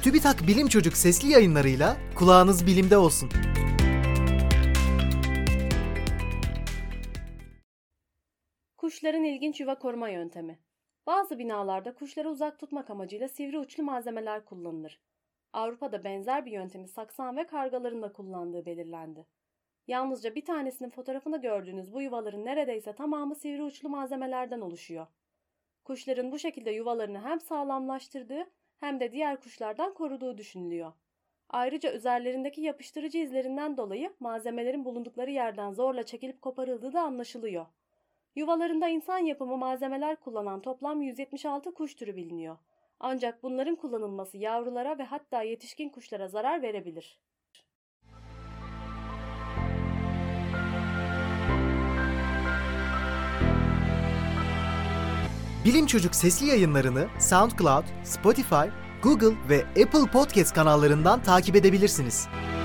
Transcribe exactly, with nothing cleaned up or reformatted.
TÜBİTAK Bilim Çocuk sesli yayınlarıyla kulağınız bilimde olsun. Kuşların ilginç yuva koruma yöntemi. Bazı binalarda kuşları uzak tutmak amacıyla sivri uçlu malzemeler kullanılır. Avrupa'da benzer bir yöntemi saksan ve kargaların da kullandığı belirlendi. Yalnızca bir tanesinin fotoğrafını gördüğünüz bu yuvaların neredeyse tamamı sivri uçlu malzemelerden oluşuyor. Kuşların bu şekilde yuvalarını hem sağlamlaştırdığı hem de diğer kuşlardan koruduğu düşünülüyor. Ayrıca üzerlerindeki yapıştırıcı izlerinden dolayı malzemelerin bulundukları yerden zorla çekilip koparıldığı da anlaşılıyor. Yuvalarında insan yapımı malzemeler kullanan toplam yüz yetmiş altı kuş türü biliniyor. Ancak bunların kullanılması yavrulara ve hatta yetişkin kuşlara zarar verebilir. Bilim Çocuk sesli yayınlarını SoundCloud, Spotify, Google ve Apple Podcast kanallarından takip edebilirsiniz.